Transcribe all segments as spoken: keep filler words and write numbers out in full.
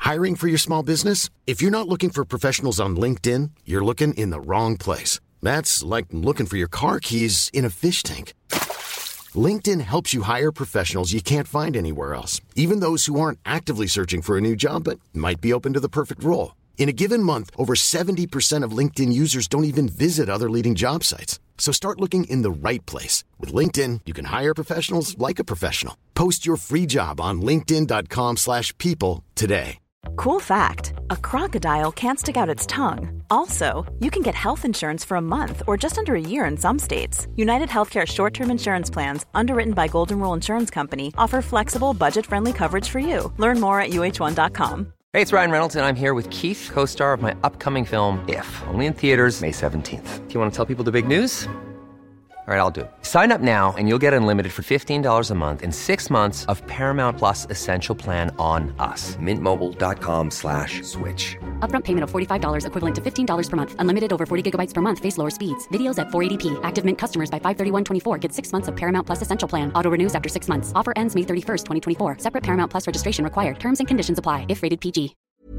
Hiring for your small business? If you're not looking for professionals on LinkedIn, you're looking in the wrong place. That's like looking for your car keys in a fish tank. LinkedIn helps you hire professionals you can't find anywhere else, even those who aren't actively searching for a new job but might be open to the perfect role. In a given month, over seventy percent of LinkedIn users don't even visit other leading job sites. So start looking in the right place. With LinkedIn, you can hire professionals like a professional. Post your free job on linkedin dot com slash people today. Cool fact, a crocodile can't stick out its tongue. Also, you can get health insurance for a month or just under a year in some states. United Healthcare short-term insurance plans, underwritten by Golden Rule Insurance Company, offer flexible, budget-friendly coverage for you. Learn more at u h one dot com. Hey, it's Ryan Reynolds, and I'm here with Keith, co-star of my upcoming film, If, only in theaters May seventeenth. Do you want to tell people the big news? All right, I'll do it. Sign up now and you'll get unlimited for fifteen dollars a month and six months of Paramount Plus Essential Plan on us. Mint Mobile dot com slash switch. Upfront payment of forty-five dollars equivalent to fifteen dollars per month. Unlimited over forty gigabytes per month. Face lower speeds. Videos at four eighty p. Active Mint customers by five thirty-one twenty-four get six months of Paramount Plus Essential Plan. Auto renews after six months. Offer ends May thirty-first, twenty twenty-four. Separate Paramount Plus registration required. Terms and conditions apply if rated P G.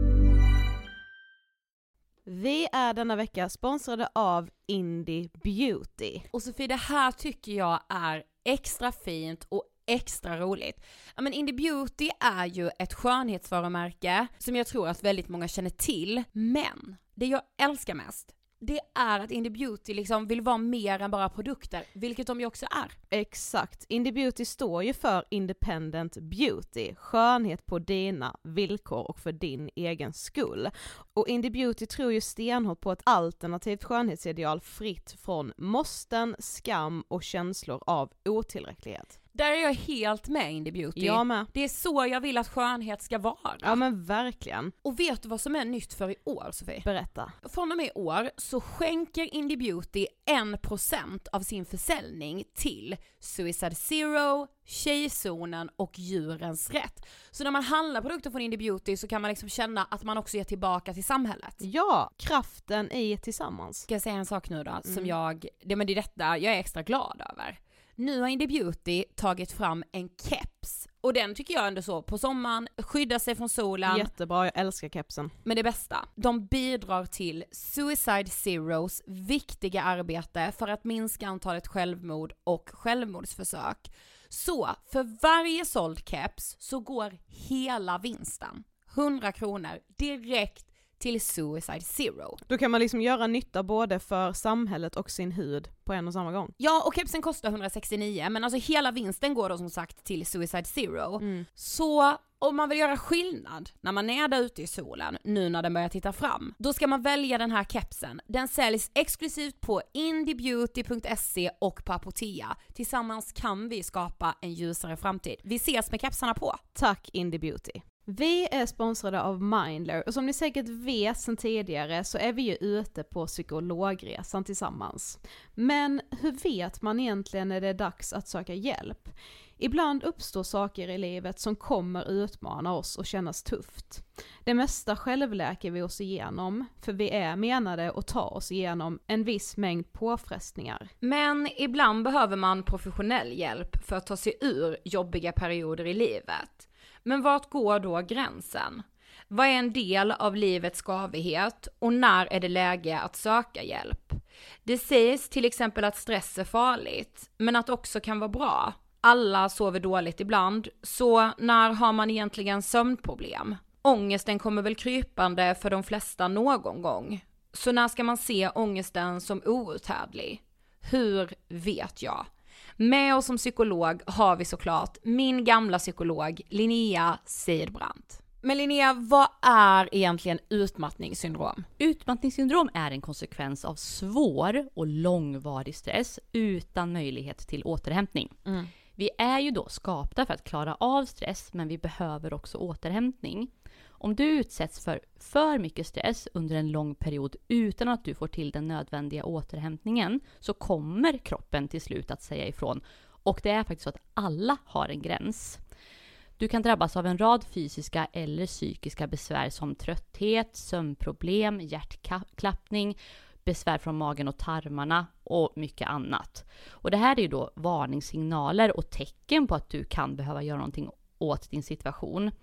Vi är denna vecka sponsrade av Indie Beauty. Och Sofie, det här tycker jag är extra fint och extra roligt. Ja, men Indie Beauty är ju ett skönhetsvarumärke som jag tror att väldigt många känner till. Men det jag älskar mest, det är att Indie Beauty liksom vill vara mer än bara produkter, vilket de ju också är. Exakt. Indie Beauty står ju för Independent Beauty, skönhet på dina villkor och för din egen skull. Och Indie Beauty tror ju stenhårt på ett alternativt skönhetsideal fritt från måsten, skam och känslor av otillräcklighet. Där är jag helt med Indie Beauty. Jag med. Det är så jag vill att skönhet ska vara. Ja men verkligen. Och vet du vad som är nytt för i år, Sofie? Berätta. Från och med i år så skänker Indie Beauty en procent av sin försäljning till Suicide Zero, Tjejzonen och Djurens Rätt. Så när man handlar produkter från Indie Beauty så kan man liksom känna att man också ger tillbaka till samhället. Ja, kraften i tillsammans. Ska jag säga en sak nu då? Mm. Som jag, det, men det är detta jag är extra glad över. Nu har Indie Beauty tagit fram en keps. Och den tycker jag ändå så, på sommaren, skydda sig från solen. Jättebra, jag älskar kepsen. Men det bästa, de bidrar till Suicide Zeros viktiga arbete för att minska antalet självmord och självmordsförsök. Så för varje såld keps så går hela vinsten, hundra kronor, direkt till Suicide Zero. Då kan man liksom göra nytta både för samhället och sin hud på en och samma gång. Ja, och kepsen kostar hundrasextionio, men alltså hela vinsten går då som sagt till Suicide Zero. Mm. Så om man vill göra skillnad när man är där ute i solen, nu när den börjar titta fram, då ska man välja den här kepsen. Den säljs exklusivt på indiebeauty punkt se och på Apotea. Tillsammans kan vi skapa en ljusare framtid. Vi ses med kepsarna på. Tack Indie Beauty. Vi är sponsrade av Mindler och som ni säkert vet sedan tidigare så är vi ju ute på psykologresan tillsammans. Men hur vet man egentligen när det är dags att söka hjälp? Ibland uppstår saker i livet som kommer utmana oss och kännas tufft. Det mesta självläker vi oss igenom, för vi är menade att ta oss igenom en viss mängd påfrestningar. Men ibland behöver man professionell hjälp för att ta sig ur jobbiga perioder i livet. Men vart går då gränsen? Vad är en del av livets skavighet och när är det läge att söka hjälp? Det sägs till exempel att stress är farligt, men att också kan vara bra. Alla sover dåligt ibland, så när har man egentligen sömnproblem? Ångesten kommer väl krypande för de flesta någon gång. Så när ska man se ångesten som outhärdlig? Hur vet jag? Med oss som psykolog har vi såklart min gamla psykolog Linnea Seidbrant. Men Linnea, vad är egentligen utmattningssyndrom? Utmattningssyndrom är en konsekvens av svår och långvarig stress utan möjlighet till återhämtning. Mm. Vi är ju då skapta för att klara av stress, men vi behöver också återhämtning. Om du utsätts för för mycket stress under en lång period utan att du får till den nödvändiga återhämtningen, så kommer kroppen till slut att säga ifrån. Och det är faktiskt så att alla har en gräns. Du kan drabbas av en rad fysiska eller psykiska besvär som trötthet, sömnproblem, hjärtklappning, besvär från magen och tarmarna och mycket annat. Och det här är ju då varningssignaler och tecken på att du kan behöva göra någonting åt din situation.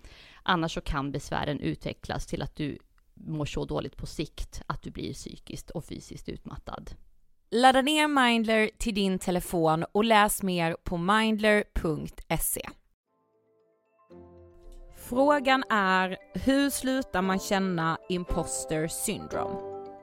Annars så kan besvären utvecklas till att du mår så dåligt på sikt att du blir psykiskt och fysiskt utmattad. Ladda ner Mindler till din telefon och läs mer på mindler punkt se. Frågan är, hur slutar man känna imposter syndrome?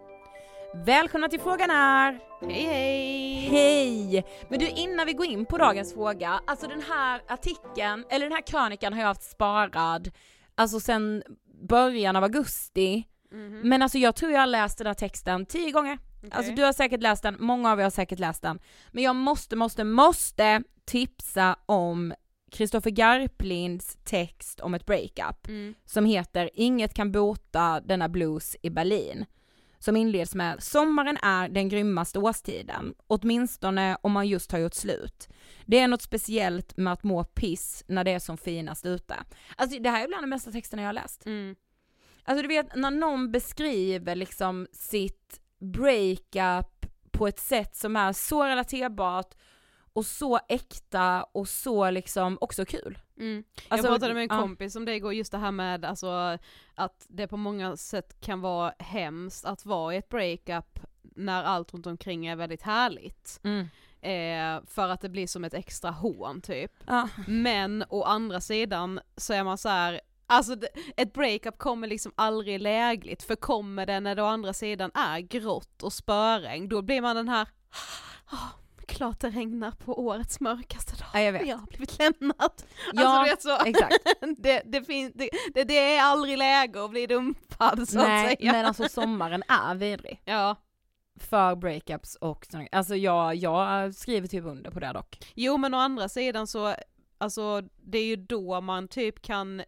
Välkomna till Frågan är... Hej hej! Hej! Men du, innan vi går in på dagens fråga, alltså den här artikeln, eller den här krönikan har jag haft sparad alltså sen början av augusti. Mm-hmm. Men alltså jag tror jag har läst den här texten tio gånger. Okay. Alltså du har säkert läst den, många av er har säkert läst den. Men jag måste, måste, måste tipsa om Kristoffer Garplinds text om ett breakup. Mm. Som heter Inget kan bota denna blues i Berlin. Som inleds med: sommaren är den grymmaste årstiden, åtminstone om man just har gjort slut. Det är något speciellt med att må piss när det är som finast ute. Alltså det här är bland de mesta texterna jag har läst. Mm. Alltså du vet, när någon beskriver liksom sitt breakup på ett sätt som är så relaterbart och så äkta och så liksom också kul. Mm. Alltså, jag pratade med en kompis ja. om det igår, just det här med alltså, att det på många sätt kan vara hemskt att vara i ett breakup när allt runt omkring är väldigt härligt. Mm. Eh, för att det blir som ett extra hån typ. Ja. Men å andra sidan så är man så här, alltså ett breakup kommer liksom aldrig lägligt, för kommer det när det å andra sidan är grått och spöregn, då blir man den här oh, klart det regnar på årets mörkaste dag. Ja, jag vet. Jag har blivit lämnad. Ja, alltså, vet så, exakt. det, det, fin- det, det, det är aldrig läge att bli dumpad så Nej, att säga. men alltså sommaren är vidrig. Ja. För breakups och sånt. Alltså jag, jag skriver typ under på det dock. Jo, men å andra sidan så, alltså det är ju då man typ kan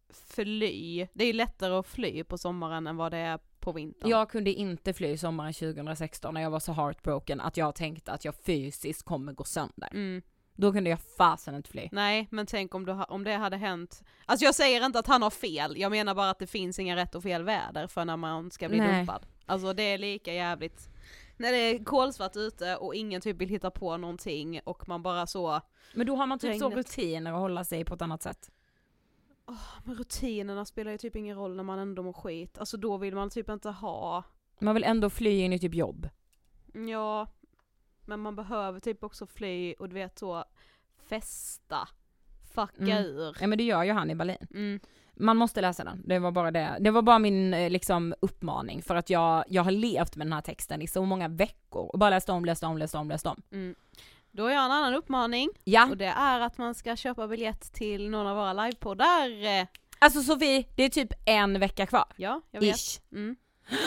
fly. Det är ju lättare att fly på sommaren än vad det är på vintern. Jag kunde inte fly sommaren tjugohundrasexton när jag var så heartbroken att jag tänkte att jag fysiskt kommer gå sönder. Mm. Då kunde jag fasen inte fly. Nej, men tänk om, du ha, om det hade hänt. Alltså jag säger inte att han har fel. Jag menar bara att det finns inga rätt och fel väder för när man ska bli Nej. dumpad. Alltså det är lika jävligt. När det är kolsvart ute och ingen typ vill hitta på någonting och man bara så... Men då har man typ regnet. så rutiner att hålla sig på ett annat sätt. Oh, men rutinerna spelar ju typ ingen roll när man ändå mår skit. Alltså då vill man typ inte ha... Man vill ändå fly in i typ jobb. Ja, men man behöver typ också fly och du vet så festa, fucka mm. ur. Ja, men det gör ju han i Berlin. Mm. Man måste läsa den. Det var bara det. Det var bara min liksom uppmaning för att jag, jag har levt med den här texten i så många veckor och bara läst om, läst om, läst om, läst om. Mm. Då har jag en annan uppmaning. Ja. Och det är att man ska köpa biljett till någon av våra livepoddar. Alltså Sofie, det är typ en vecka kvar. Ja, jag vet. Ish. Mm.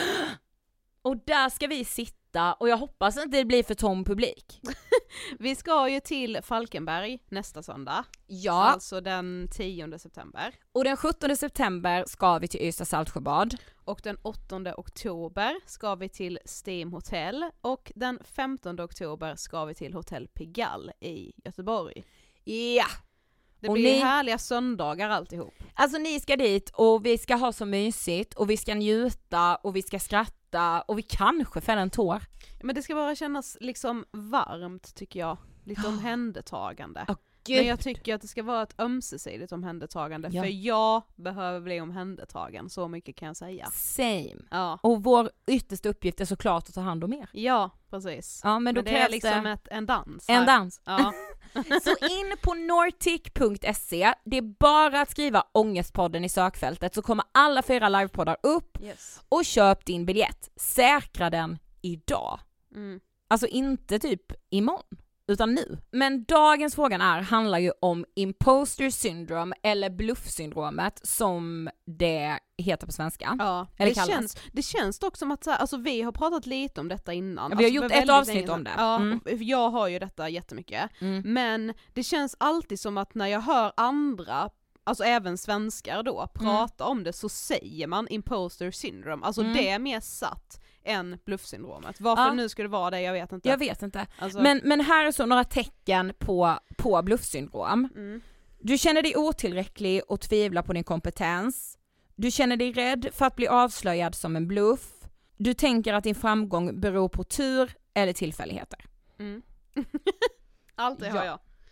Och där ska vi sitta och jag hoppas inte det blir för tom publik. Vi ska ju till Falkenberg nästa söndag. Ja. Alltså den tionde september. Och den sjuttonde september ska vi till Ystad Saltsjöbad. Och den åttonde oktober ska vi till Steam Hotel. Och den femtonde oktober ska vi till Hotel Pigalle i Göteborg. Ja! Det och blir ni... härliga söndagar alltihop. Alltså ni ska dit och vi ska ha så mysigt och vi ska njuta och vi ska skratta och vi kanske fälla en tår. Men det ska bara kännas liksom varmt tycker jag. Lite omhändertagande. Oh, Men jag tycker att det ska vara ett ömsesidigt omhändertagande. Ja. För jag behöver bli omhändertagen. Så mycket kan jag säga. Same. Ja. Och vår yttersta uppgift är såklart att ta hand om er. Ja, precis. Ja, men då men det krävs är liksom det... Ett, en dans. Här. En dans. Ja. Så in på nortic punkt se. Det är bara att skriva Ångestpodden i sökfältet så kommer alla fyra livepoddar upp. Yes. Och köp din biljett. Säkra den idag. Mm. Alltså inte typ imorgon. Utan nu. Men dagens frågan är, handlar ju om imposter syndrome eller bluffsyndromet som det heter på svenska. Ja, eller det, känns, det känns dock som att alltså, vi har pratat lite om detta innan. Ja, vi har alltså, gjort ett avsnitt om det. Ja, mm. Jag har ju detta jättemycket. Mm. Men det känns alltid som att när jag hör andra, alltså även svenskar då, prata mm. om det så säger man imposter syndrome. Alltså mm. det är mer satt än bluffsyndromet. Varför ja. nu skulle det vara det, jag vet inte. Jag vet inte. Alltså... Men, men här är så några tecken på, på bluffsyndrom. Mm. Du känner dig otillräcklig och tvivlar på din kompetens. Du känner dig rädd för att bli avslöjad som en bluff. Du tänker att din framgång beror på tur eller tillfälligheter. Mm. Allt det ja. har jag.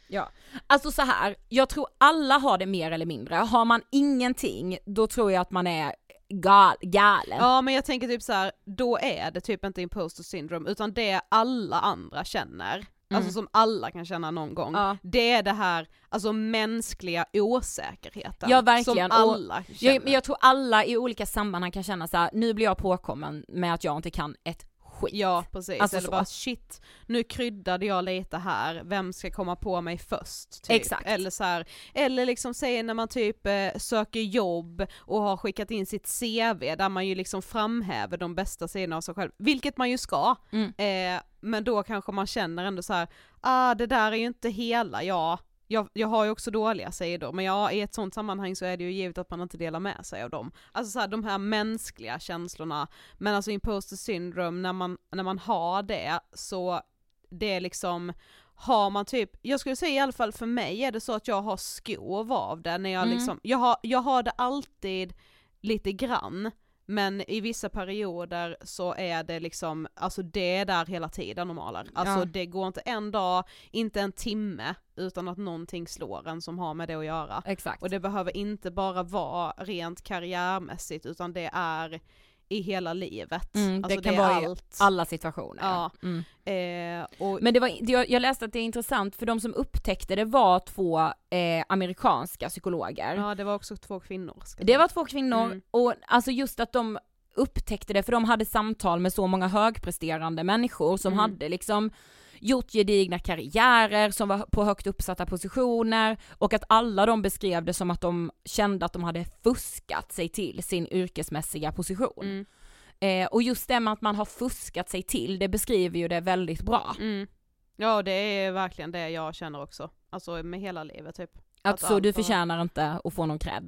Ja, alltså så här, jag tror alla har det mer eller mindre. Har man ingenting, då tror jag att man är gal, galen. Ja, men jag tänker typ så här, då är det typ inte imposter syndrome, utan det alla andra känner. Mm. Alltså som alla kan känna någon gång. Ja. Det är det här, alltså mänskliga osäkerheten. Ja, verkligen. Som alla och känner. Jag, jag tror alla i olika sammanhang kan känna så här: nu blir jag påkommen med att jag inte kan ett skit. Ja, precis. Alltså eller så. bara shit, nu kryddade jag lite här, vem ska komma på mig först? Typ. Exakt. Eller så här, eller liksom säger när man typ eh, söker jobb och har skickat in sitt C V där man ju liksom framhäver de bästa sidorna av sig själv, vilket man ju ska. Mm. Eh, men då kanske man känner ändå så här, ah det där är ju inte hela jag. Jag, jag har ju också dåliga sidor, men ja, i ett sånt sammanhang så är det ju givet att man inte delar med sig av dem. Alltså så här, de här mänskliga känslorna, men alltså imposter syndrome, när man, när man har det, så det är liksom, har man typ, jag skulle säga i alla fall för mig är det så att jag har skov av det när jag mm. liksom, jag har, jag har det alltid lite grann. Men i vissa perioder så är det liksom, alltså det är där hela tiden normaler. Alltså ja. Det går inte en dag, inte en timme, utan att någonting slår en som har med det att göra. Exakt. Och det behöver inte bara vara rent karriärmässigt, utan det är i hela livet. Mm, det alltså kan det är vara allt. I alla situationer. Ja. Mm. Eh, och Men det var, jag, jag läste att det är intressant, för de som upptäckte det var två eh, amerikanska psykologer. Ja, det var också två kvinnor. Det var två kvinnor, mm. och alltså just att de upptäckte det, för de hade samtal med så många högpresterande människor som mm. hade liksom gjort gedigna karriärer, som var på högt uppsatta positioner, och att alla de beskrev det som att de kände att de hade fuskat sig till sin yrkesmässiga position. Mm. Eh, och just det med att man har fuskat sig till, det beskriver ju det väldigt bra. Mm. Ja, det är verkligen det jag känner också. Alltså med hela livet typ. Att, att så du bara... förtjänar inte att få någon cred?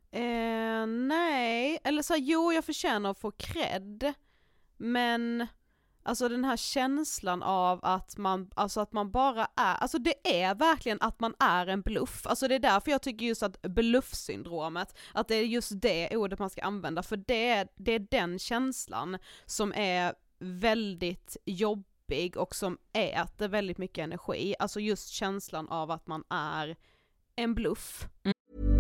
Eh, nej, eller så här, jo jag förtjänar att få cred, men alltså den här känslan av att man, alltså att man bara är, alltså det är verkligen att man är en bluff. Alltså det är därför jag tycker just att bluffsyndromet, att det är just det ordet man ska använda, för det är, det är den känslan som är väldigt jobbig och som äter väldigt mycket energi. Alltså just känslan av att man är en bluff. Mm.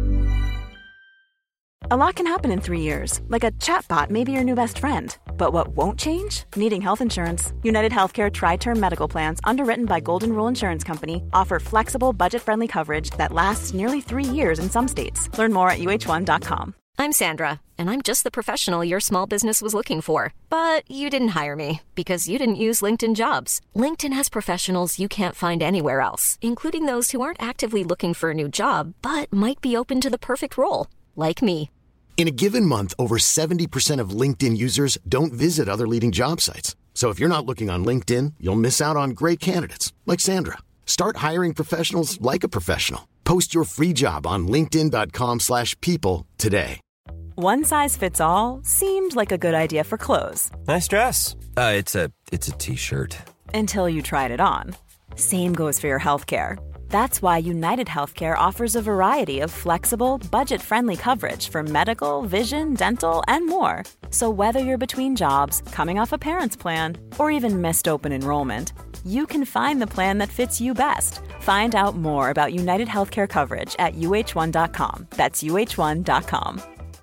A lot can happen in three years, like a chatbot may be your new best friend. But what won't change? Needing health insurance. United Healthcare Tri-Term Medical Plans, underwritten by Golden Rule Insurance Company, offer flexible, budget-friendly coverage that lasts nearly three years in some states. Learn more at U H one dot com. I'm Sandra, and I'm just the professional your small business was looking for. But you didn't hire me, because you didn't use LinkedIn Jobs. LinkedIn has professionals you can't find anywhere else, including those who aren't actively looking for a new job, but might be open to the perfect role, like me. In a given month, over seventy percent of LinkedIn users don't visit other leading job sites. So if you're not looking on LinkedIn, you'll miss out on great candidates like Sandra. Start hiring professionals like a professional. Post your free job on linkedin dot com slash people today. One size fits all seemed like a good idea for clothes. Nice dress. Uh, it's a it's a t-shirt. Until you tried it on. Same goes for your healthcare. That's why United Healthcare offers a variety of flexible, budget-friendly coverage for medical, vision, dental, and more. So whether you're between jobs, coming off a parent's plan, or even missed open enrollment, you can find the plan that fits you best. Find out more about United Healthcare coverage at U H one dot com. That's U H one dot com.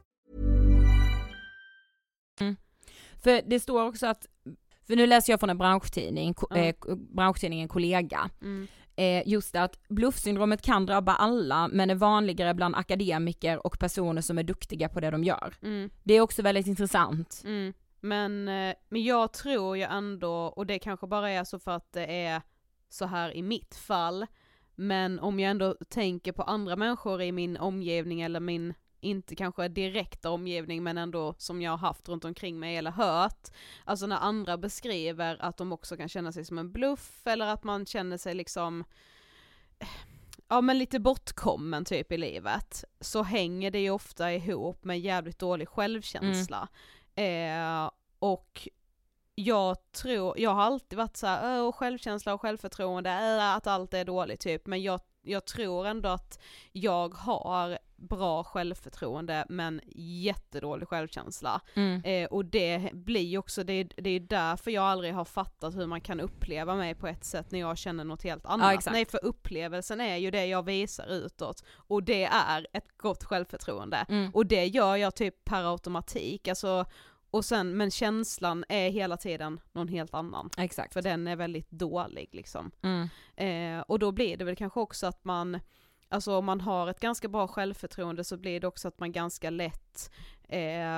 Mm. För det står också att, för nu läser jag från en branschtidning, mm. eh, branschtidningen Kollega. Mm. Eh, just att bluffsyndromet kan drabba alla, men är vanligare bland akademiker och personer som är duktiga på det de gör. Mm. Det är också väldigt intressant. Mm. Men, eh, men jag tror ju ändå, och det kanske bara är så för att det är så här i mitt fall, men om jag ändå tänker på andra människor i min omgivning, eller min, inte kanske direkta omgivning, men ändå som jag har haft runt omkring mig eller hört, alltså när andra beskriver att de också kan känna sig som en bluff, eller att man känner sig liksom ja men lite bortkommen typ i livet, så hänger det ju ofta ihop med jävligt dålig självkänsla. Mm. Eh, och jag tror, jag har alltid varit så här, och självkänsla och självförtroende, äh, att allt är dåligt typ, men jag, jag tror ändå att jag har bra självförtroende men jättedålig självkänsla. Mm. Eh, och det blir ju också, det, det är därför jag aldrig har fattat hur man kan uppleva mig på ett sätt när jag känner något helt annat. Ja, Nej, för upplevelsen är ju det jag visar utåt och det är ett gott självförtroende. Mm. Och det gör jag typ per automatik, alltså, och sen, men känslan är hela tiden någon helt annan. Exakt. För den är väldigt dålig liksom. Mm. Eh, och då blir det väl kanske också att man, alltså om man har ett ganska bra självförtroende så blir det också att man ganska lätt eh,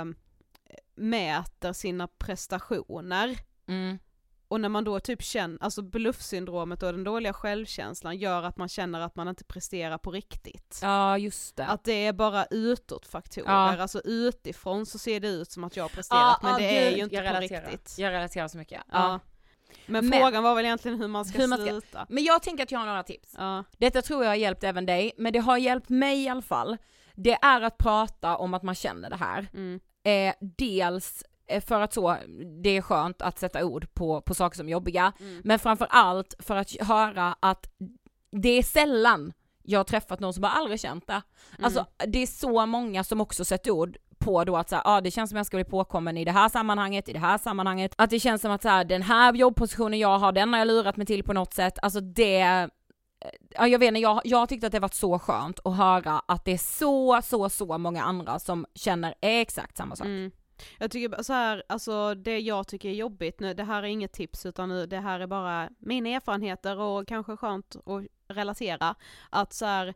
mäter sina prestationer. Mm. Och när man då typ känner, alltså bluffsyndromet och den dåliga självkänslan gör att man känner att man inte presterar på riktigt. Ja, just det. Att det är bara utåtfaktorer, Ja. alltså utifrån så ser det ut som att jag har presterat, Ja, men ja, det är gud, ju inte jag på relaterar. riktigt. Jag relaterar så mycket. Ja. Ja. Men, Men- frågan var väl egentligen hur man ska Hur man ska- sluta. Men jag tänker att jag har några tips. Ja. Detta tror jag har hjälpt även dig, men det har hjälpt mig i alla fall. Det är att prata om att man känner det här. Mm. Eh, dels eh, för att så, det är skönt att sätta ord på, på saker som är jobbiga, Mm. men framför allt för att höra att det är sällan jag har träffat någon som bara aldrig känt det. Mm. Alltså det är så många som också sätter ord på då att så här, ah, det känns som jag ska bli påkommen i det här sammanhanget, i det här sammanhanget. Att det känns som att så här, den här jobbpositionen jag har, den har jag lurat mig till på något sätt. Alltså det, ja, jag vet inte, jag, jag tyckte att det var så skönt att höra att det är så, så, så många andra som känner exakt samma sak. Mm. Jag tycker så här, alltså det jag tycker är jobbigt nu, det här är inget tips utan nu, det här är bara mina erfarenheter och kanske skönt att relatera. Att så här,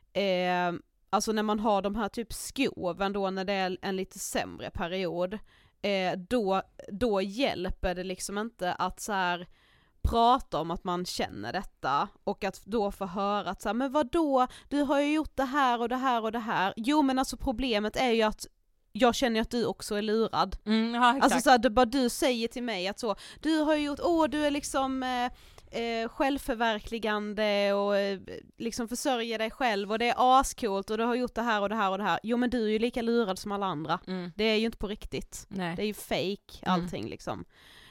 eh, alltså när man har de här typ skoven då när det är en lite sämre period, eh, då, då hjälper det liksom inte att så här prata om att man känner detta och att då få höra att så här, men vadå, du har ju gjort det här och det här och det här. Jo men alltså problemet är ju att jag känner att du också är lurad. Mm, ja, exakt. Alltså så här, det bara du säger till mig att så, du har ju gjort, åh du är liksom eh, eh, självförverkligande och eh, liksom försörjer dig själv och det är ascoolt och du har gjort det här och det här och det här. Jo men du är ju lika lurad som alla andra. Mm. Det är ju inte på riktigt. Nej. Det är ju fake allting mm. liksom.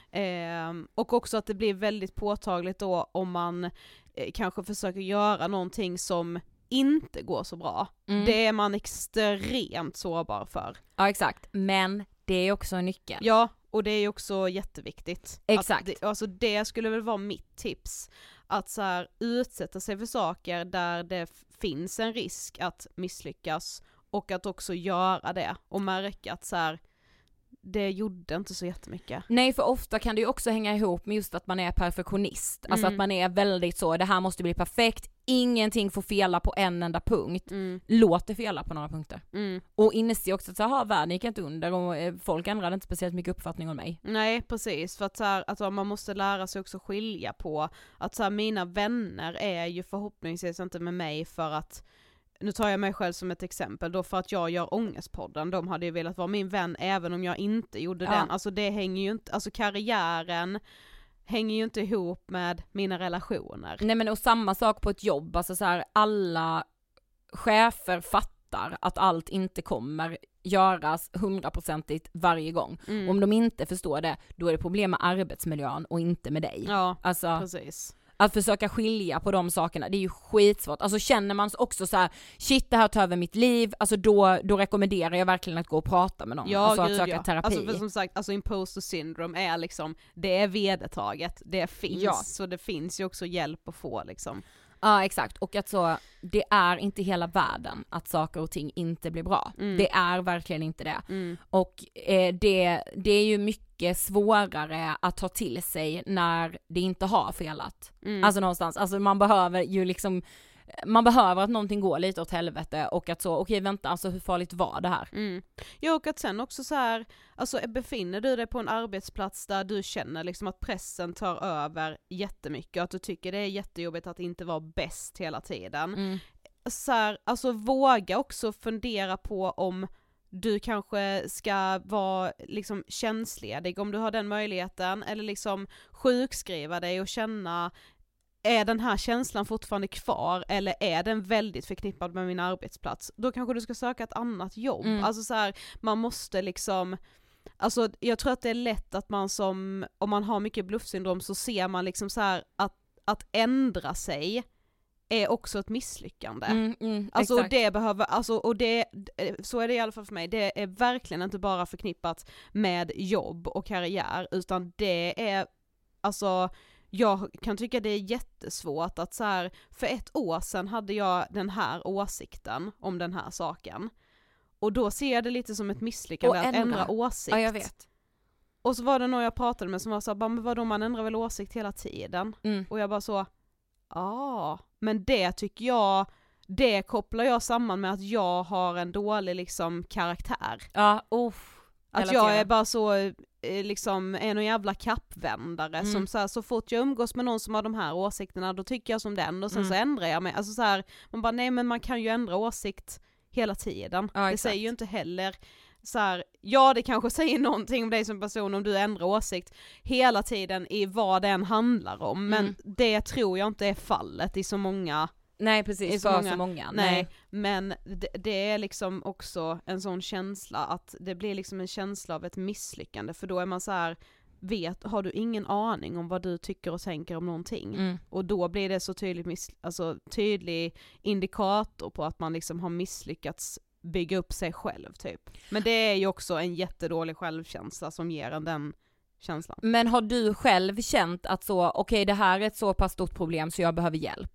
Eh, och också att det blir väldigt påtagligt då om man eh, kanske försöker göra någonting som inte går så bra. Mm. Det är man extremt sårbar för. Ja exakt, men det är också en nyckel. Ja, och det är också jätteviktigt. Exakt. Att det, alltså det skulle väl vara mitt tips. Att så här, utsätta sig för saker där det f- finns en risk att misslyckas och att också göra det och märka att så här, det gjorde inte så jättemycket. Nej, för ofta kan det ju också hänga ihop med just att man är perfektionist. Alltså Mm. att man är väldigt så, det här måste bli perfekt, ingenting får fela på en enda punkt. Mm. Låt det fela på några punkter. Mm. Och inse också att så här, världen gick inte under och eh, folk ändrade inte speciellt mycket uppfattning om mig. Nej, precis. För att, så här, att man måste lära sig också skilja på att så här, mina vänner är ju förhoppningsvis inte med mig för att, nu tar jag mig själv som ett exempel då, för att jag gör Ångestpodden. De hade ju velat vara min vän även om jag inte gjorde Ja. den. Alltså det hänger ju inte, alltså karriären hänger ju inte ihop med mina relationer. Nej men och samma sak på ett jobb, alltså så här, alla chefer fattar att allt inte kommer göras hundraprocentigt varje gång. Mm. Om de inte förstår det, då är det problem med arbetsmiljön och inte med dig. Ja, Alltså, precis. att försöka skilja på de sakerna, det är ju skitsvårt. Alltså känner man också så här, shit det här tar över mitt liv, alltså då, då rekommenderar jag verkligen att gå och prata med någon. Ja, alltså gud, att söka ja. terapi. Alltså för som sagt, alltså imposter syndrome är liksom, det är vedertaget, det finns, Ja. så det finns ju också hjälp att få liksom. Ja exakt, och att så, det är inte hela världen att saker och ting inte blir bra. Mm. Det är verkligen inte det. Mm. Och eh, det, det är ju mycket svårare att ta till sig när det inte har felat. Mm. Alltså någonstans, alltså man behöver ju liksom, man behöver att någonting går lite åt helvete och att så, okej vänta, alltså hur farligt var det här? Mm. Ja, och att sen också så här, alltså befinner du dig på en arbetsplats där du känner liksom att pressen tar över jättemycket och att du tycker det är jättejobbigt att inte vara bäst hela tiden. Mm. Så här, alltså våga också fundera på om du kanske ska vara liksom tjänstledig om du har den möjligheten, eller liksom sjukskriva dig och känna, är den här känslan fortfarande kvar eller är den väldigt förknippad med min arbetsplats? Då kanske du ska söka ett annat jobb. Mm. Alltså så här, man måste liksom, alltså jag tror att det är lätt att man som, om man har mycket bluffsyndrom så ser man liksom så här att, att ändra sig är också ett misslyckande. Mm, mm, alltså exakt. och det behöver, alltså och det, så är det i alla fall för mig, det är verkligen inte bara förknippat med jobb och karriär, utan det är, alltså jag kan tycka det är jättesvårt att så här, för ett år sedan hade jag den här åsikten om den här saken. Och då ser jag det lite som ett misslyckande att ändra, ändra åsikt. Ja, jag vet. Och så var det någon jag pratade med som var så här, men vadå, man ändrar väl åsikt hela tiden? Mm. Och jag bara så, ja, men det tycker jag, det kopplar jag samman med att jag har en dålig liksom karaktär. Ja, uff. Att jag är bara så, liksom, en och jävla kappvändare mm. som så här, så fort jag umgås med någon som har de här åsikterna, då tycker jag som den och sen mm. så ändrar jag mig. Alltså så här, man bara, nej men man kan ju ändra åsikt hela tiden. Ja, det säger ju inte heller så här, ja det kanske säger någonting om dig som person om du ändrar åsikt hela tiden i vad den handlar om, men mm. det tror jag inte är fallet i så många. Nej precis, så för många, så många. Nej, nej. men det, det är liksom också en sån känsla att det blir liksom en känsla av ett misslyckande, för då är man så här, vet, har du ingen aning om vad du tycker och tänker om någonting mm. och då blir det så tydligt miss, alltså tydlig indikator på att man liksom har misslyckats bygga upp sig själv typ. Men det är ju också en jättedålig självkänsla som ger en den känslan. Men har du själv känt att så, okej okay, det här är ett så pass stort problem så jag behöver hjälp?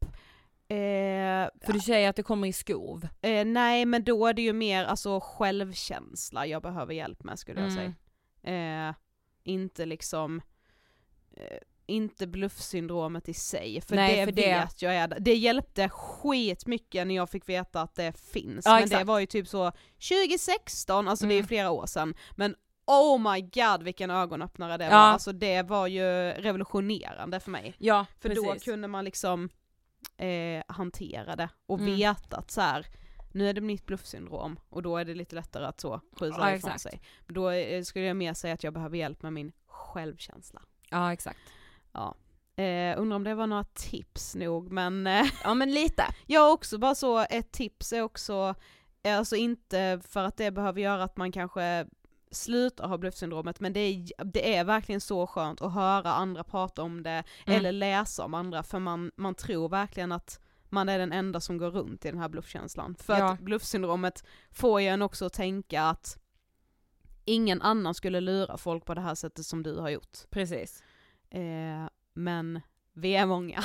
Eh, För du säger att det kommer i skov. Eh, nej, men då är det ju mer alltså självkänsla jag behöver hjälp med, skulle jag mm. säga. Eh, inte liksom eh, inte bluffsyndromet i sig, för nej, det för vet det... jag är, det hjälpte skitmycket när jag fick veta att det finns, ja, men exakt. det var ju typ så tjugo sexton, alltså mm. det är ju flera år sedan, men oh my god vilken ögonöppnare det ja. var, alltså det var ju revolutionerande för mig. Ja, för precis. då kunde man liksom eh, hantera det och mm. veta att så här, nu är det mitt bluffsyndrom och då är det lite lättare att så skjuta ja, ifrån sig. Då eh, skulle jag mer säga att jag behöver hjälp med min självkänsla. Ja, exakt. Ja. Eh, undrar om det var några tips nog, men eh, ja men lite. Jag också bara så, ett tips är också, eh, alltså inte för att det behöver göra att man kanske slutar ha bluffsyndromet, men det är, det är verkligen så skönt att höra andra prata om det mm. eller läsa om andra, för man, man tror verkligen att man är den enda som går runt i den här bluffkänslan. För ja. att bluffsyndromet får ju en också att tänka att ingen annan skulle lura folk på det här sättet som du har gjort. Precis. Eh, men vi är många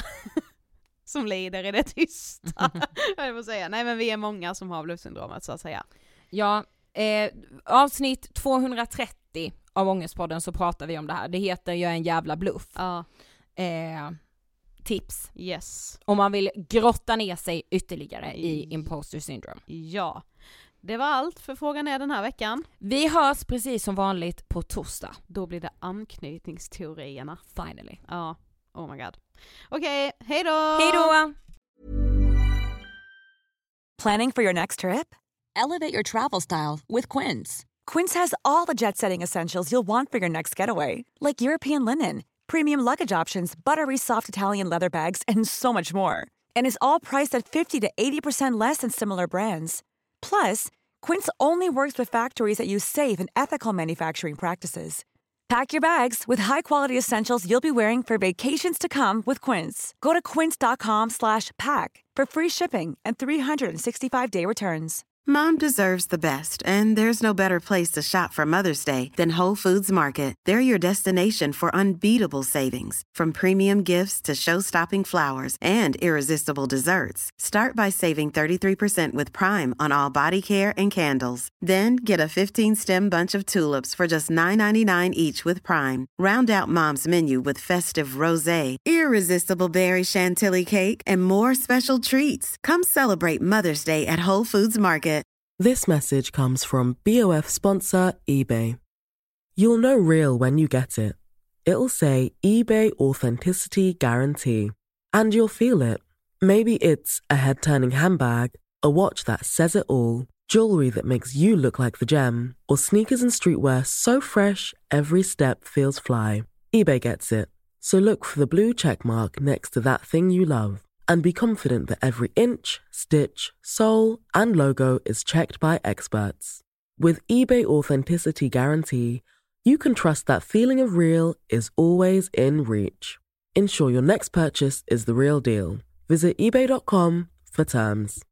som lider i det tysta. Jag får säga. Nej, men vi är många som har bluffsyndromet, så att säga. Ja, eh, avsnitt tvåhundratrettio av Ångestpodden så pratar vi om det här. Det heter Jag är en jävla bluff. Ja. Eh, tips. Yes. Om man vill grotta ner sig ytterligare i imposter syndrome. Ja. Det var allt för Frågan är den här veckan. Vi hörs precis som vanligt på torsdag. Då blir det anknytningsteorierna. Finally. Ja, oh my god. Okej, okay, hej då! Hej då! Planning for your next trip? Elevate your travel style with Quince. Quince has all the jet-setting essentials you'll want for your next getaway, like European linen, premium luggage options, buttery soft Italian leather bags, and so much more. And is all priced at fifty to eighty percent less than similar brands. Plus, Quince only works with factories that use safe and ethical manufacturing practices. Pack your bags with high-quality essentials you'll be wearing for vacations to come with Quince. Go to quince.com slash pack for free shipping and three sixty-five day returns. Mom deserves the best, and there's no better place to shop for Mother's Day than Whole Foods Market. They're your destination for unbeatable savings, from premium gifts to show-stopping flowers and irresistible desserts. Start by saving thirty-three percent with Prime on all body care and candles. Then get a fifteen-stem bunch of tulips for just nine ninety-nine each with Prime. Round out Mom's menu with festive rosé, irresistible berry chantilly cake, and more special treats. Come celebrate Mother's Day at Whole Foods Market. This message comes from B O F sponsor eBay. You'll know real when you get it. It'll say eBay Authenticity Guarantee. And you'll feel it. Maybe it's a head-turning handbag, a watch that says it all, jewelry that makes you look like the gem, or sneakers and streetwear so fresh every step feels fly. eBay gets it. So look for the blue check mark next to that thing you love. And be confident that every inch, stitch, sole, and logo is checked by experts. With eBay Authenticity Guarantee, you can trust that feeling of real is always in reach. Ensure your next purchase is the real deal. Visit ebay dot com for terms.